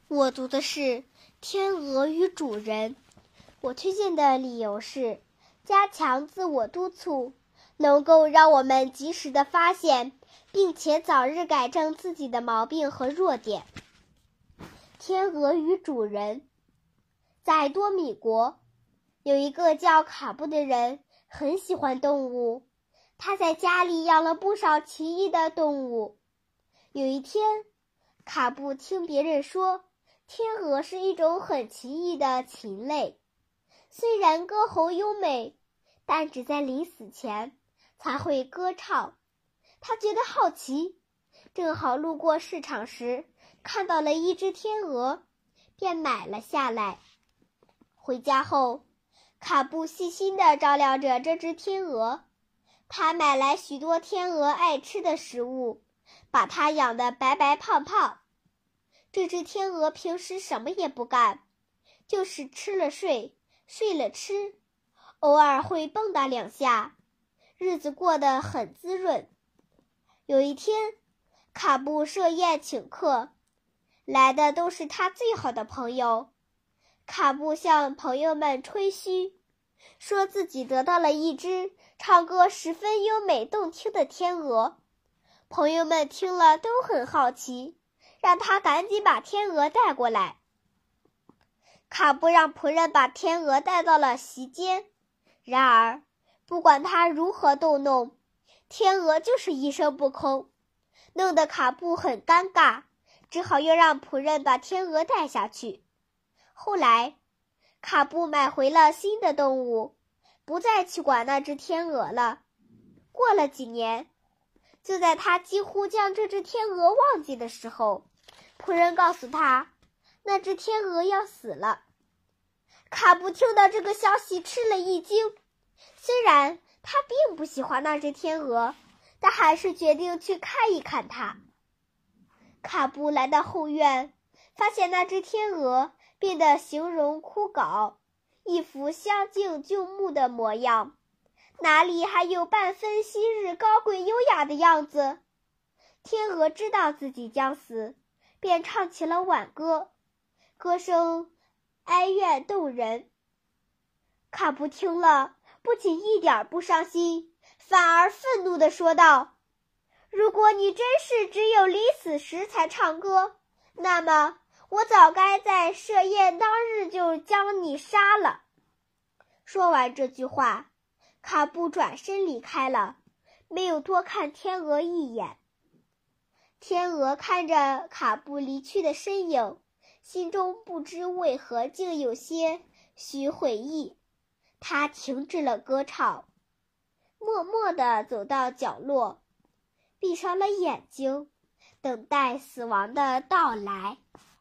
我读的是《天鹅与主人》，我推荐的理由是，加强自我督促，能够让我们及时地发现，并且早日改正自己的毛病和弱点。天鹅与主人。在多米国，有一个叫卡布的人，很喜欢动物，他在家里养了不少奇异的动物。有一天，卡布听别人说，天鹅是一种很奇异的禽类，虽然歌喉优美，但只在临死前才会歌唱。他觉得好奇，正好路过市场时看到了一只天鹅，便买了下来。回家后，卡布细心地照料着这只天鹅，他买来许多天鹅爱吃的食物，把它养得白白胖胖。这只天鹅平时什么也不干，就是吃了睡，睡了吃，偶尔会蹦跶两下，日子过得很滋润。有一天，卡布设宴请客，来的都是他最好的朋友。卡布向朋友们吹嘘，说自己得到了一只唱歌十分优美动听的天鹅。朋友们听了都很好奇，让他赶紧把天鹅带过来。卡布让仆人把天鹅带到了席间，然而不管他如何逗弄，天鹅就是一声不吭，弄得卡布很尴尬，只好又让仆人把天鹅带下去。后来，卡布买回了新的动物，不再去管那只天鹅了。过了几年，就在他几乎将这只天鹅忘记的时候，仆人告诉他，那只天鹅要死了。卡布听到这个消息吃了一惊，虽然他并不喜欢那只天鹅，但还是决定去看一看它。卡布来到后院，发现那只天鹅变得形容枯槁，一副相敬就木的模样，哪里还有半分昔日高贵优雅的样子？天鹅知道自己将死，便唱起了挽歌，歌声哀怨动人。卡布听了，不仅一点不伤心，反而愤怒地说道：“如果你真是只有临死时才唱歌，那么我早该在设宴当日就将你杀了。”说完这句话，卡布转身离开了，没有多看天鹅一眼。天鹅看着卡布离去的身影，心中不知为何竟有些许悔意，他停止了歌唱，默默地走到角落，闭上了眼睛，等待死亡的到来。